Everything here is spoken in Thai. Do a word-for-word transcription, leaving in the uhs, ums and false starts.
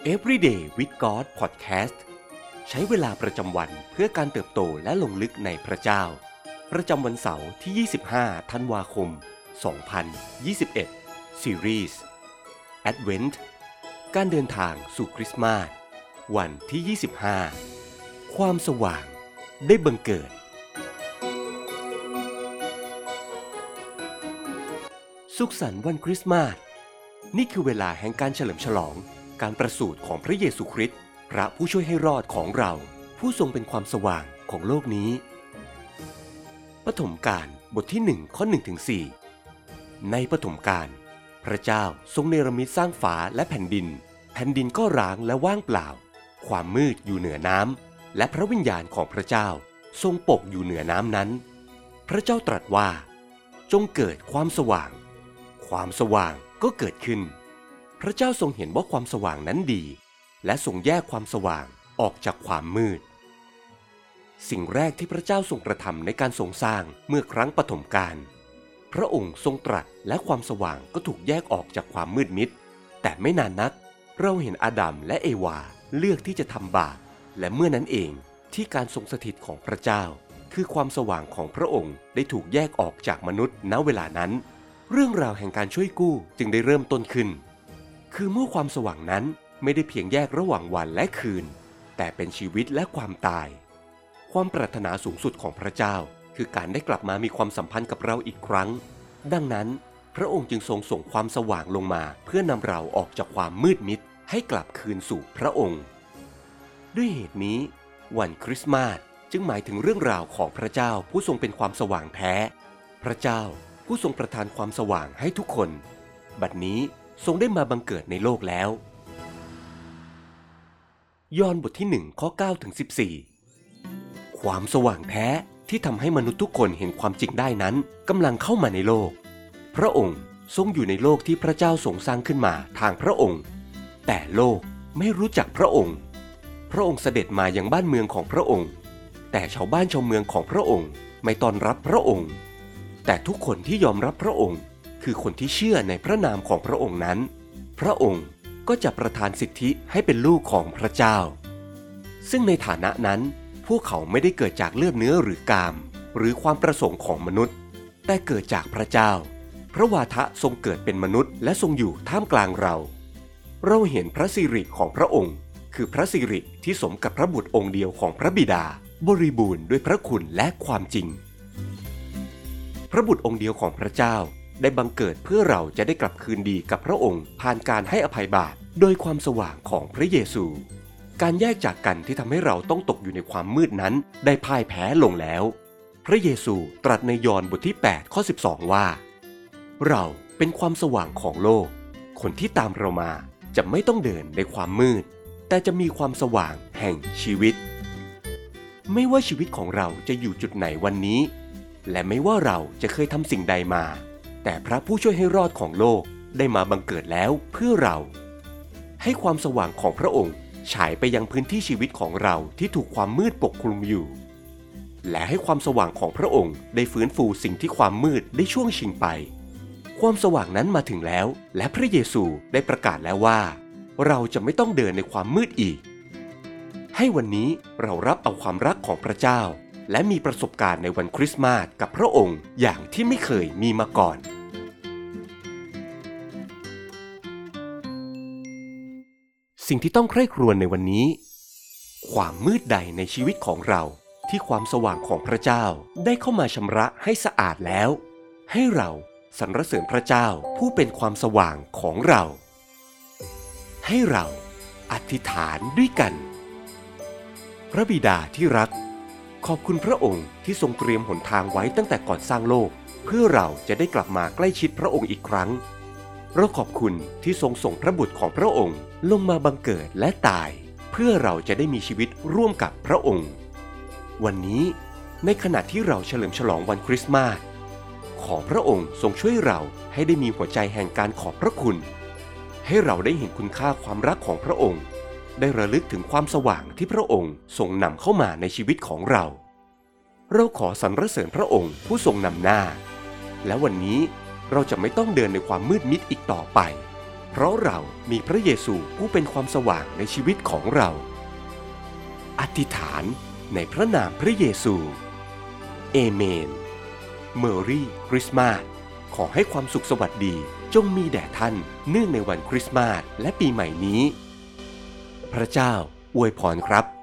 Everyday with God Podcast ใช้เวลาประจำวันเพื่อการเติบโตและลงลึกในพระเจ้าประจำวันเสาร์ที่ ยี่สิบห้า ธันวาคม สองพันยี่สิบเอ็ด ซีรีส์ Advent การเดินทางสู่คริสต์มาสวันที่ ยี่สิบห้า ความสว่างได้บังเกิดสุขสันต์วันคริสต์มาสนี่คือเวลาแห่งการเฉลิมฉลองการประสูติของพระเยซูคริสต์พระผู้ช่วยให้รอดของเราผู้ทรงเป็นความสว่างของโลกนี้ปฐมกาลบทที่หนึ่งข้อหนึ่งถึงสี่ ในปฐมกาลพระเจ้าทรงเนรมิตสร้างฟ้าและแผ่นดินแผ่นดินก็ร้างและว่างเปล่าความมืดอยู่เหนือน้ำและพระวิญญาณของพระเจ้าทรงปกอยู่เหนือน้ำนั้นพระเจ้าตรัสว่าจงเกิดความสว่างความสว่างก็เกิดขึ้นพระเจ้าทรงเห็นว่าความสว่างนั้นดีและทรงแยกความสว่างออกจากความมืดสิ่งแรกที่พระเจ้าทรงกระทำในการทรงสร้างเมื่อครั้งปฐมกาลพระองค์ทรงตรัสและความสว่างก็ถูกแยกออกจากความมืดมิดแต่ไม่นานนักเราเห็นอาดัมและเอวาเลือกที่จะทำบาปและเมื่อนั้นเองที่การทรงสถิตของพระเจ้าคือความสว่างของพระองค์ได้ถูกแยกออกจากมนุษย์ณเวลานั้นเรื่องราวแห่งการช่วยกู้จึงได้เริ่มต้นขึ้นคือเมื่อความสว่างนั้นไม่ได้เพียงแยกระหว่างวันและคืนแต่เป็นชีวิตและความตายความปรารถนาสูงสุดของพระเจ้าคือการได้กลับมามีความสัมพันธ์กับเราอีกครั้งดังนั้นพระองค์จึงทรงส่งความสว่างลงมาเพื่อนำเราออกจากความมืดมิดให้กลับคืนสู่พระองค์ด้วยเหตุนี้วันคริสต์มาสจึงหมายถึงเรื่องราวของพระเจ้าผู้ทรงเป็นความสว่างแท้พระเจ้าผู้ทรงประทานความสว่างให้ทุกคนบัดนี้ทรงได้มาบังเกิดในโลกแล้วยอห์นบทที่หนึ่งข้อเก้าถึงสิบสี่ความสว่างแท้ที่ทำให้มนุษย์ทุกคนเห็นความจริงได้นั้นกำลังเข้ามาในโลกพระองค์ทรงอยู่ในโลกที่พระเจ้าทรงสร้างขึ้นมาทางพระองค์แต่โลกไม่รู้จักพระองค์พระองค์เสด็จมายังบ้านเมืองของพระองค์แต่ชาวบ้านชาวเมืองของพระองค์ไม่ต้อนรับพระองค์แต่ทุกคนที่ยอมรับพระองค์คือคนที่เชื่อในพระนามของพระองค์นั้นพระองค์ก็จะประทานสิทธิให้เป็นลูกของพระเจ้าซึ่งในฐานะนั้นพวกเขาไม่ได้เกิดจากเลือดเนื้อหรือกามหรือความประสงค์ของมนุษย์แต่เกิดจากพระเจ้าพระวาทะทรงเกิดเป็นมนุษย์และทรงอยู่ท่ามกลางเราเราเห็นพระสิริของพระองค์คือพระสิริที่สมกับพระบุตรองค์เดียวของพระบิดาบริบูรณ์ด้วยพระคุณและความจริงพระบุตรองค์เดียวของพระเจ้าได้บังเกิดเพื่อเราจะได้กลับคืนดีกับพระองค์ผ่านการให้อภัยบาปโดยความสว่างของพระเยซูการแยกจากกันที่ทำให้เราต้องตกอยู่ในความมืดนั้นได้พ่ายแพ้ลงแล้วพระเยซูตรัสในยอห์นบทที่แปดข้อสิบสองว่าเราเป็นความสว่างของโลกคนที่ตามเรามาจะไม่ต้องเดินในความมืดแต่จะมีความสว่างแห่งชีวิตไม่ว่าชีวิตของเราจะอยู่จุดไหนวันนี้และไม่ว่าเราจะเคยทำสิ่งใดมาแต่พระผู้ช่วยให้รอดของโลกได้มาบังเกิดแล้วเพื่อเราให้ความสว่างของพระองค์ฉายไปยังพื้นที่ชีวิตของเราที่ถูกความมืดปกคลุมอยู่และให้ความสว่างของพระองค์ได้ฟื้นฟูสิ่งที่ความมืดได้ช่วงชิงไปความสว่างนั้นมาถึงแล้วและพระเยซูได้ประกาศแล้วว่าเราจะไม่ต้องเดินในความมืดอีกให้วันนี้เรารับเอาความรักของพระเจ้าและมีประสบการณ์ในวันคริสต์มาสกับพระองค์อย่างที่ไม่เคยมีมาก่อนสิ่งที่ต้องใคร่ครวญในวันนี้ความมืดใดในชีวิตของเราที่ความสว่างของพระเจ้าได้เข้ามาชำระให้สะอาดแล้วให้เราสรรเสริญพระเจ้าผู้เป็นความสว่างของเราให้เราอธิษฐานด้วยกันพระบิดาที่รักขอบคุณพระองค์ที่ทรงเตรียมหนทางไว้ตั้งแต่ก่อนสร้างโลกเพื่อเราจะได้กลับมาใกล้ชิดพระองค์อีกครั้งเราขอบคุณที่ทรงส่งพระบุตรของพระองค์ลงมาบังเกิดและตายเพื่อเราจะได้มีชีวิตร่วมกับพระองค์วันนี้ในขณะที่เราเฉลิมฉลองวันคริสต์มาสขอพระองค์ทรงช่วยเราให้ได้มีหัวใจแห่งการขอบพระคุณให้เราได้เห็นคุณค่าความรักของพระองค์ได้ระลึกถึงความสว่างที่พระองค์ทรงนำเข้ามาในชีวิตของเราเราขอสรรเสริญพระองค์ผู้ทรงนำหน้าและวันนี้เราจะไม่ต้องเดินในความมืดมิดอีกต่อไปเพราะเรามีพระเยซูผู้เป็นความสว่างในชีวิตของเราอธิษฐานในพระนามพระเยซูเอเมนเมอรี่คริสต์มาสขอให้ความสุขสวัสดีจงมีแด่ท่านเนื่องในวันคริสต์มาสและปีใหม่นี้พระเจ้าอวยพรครับ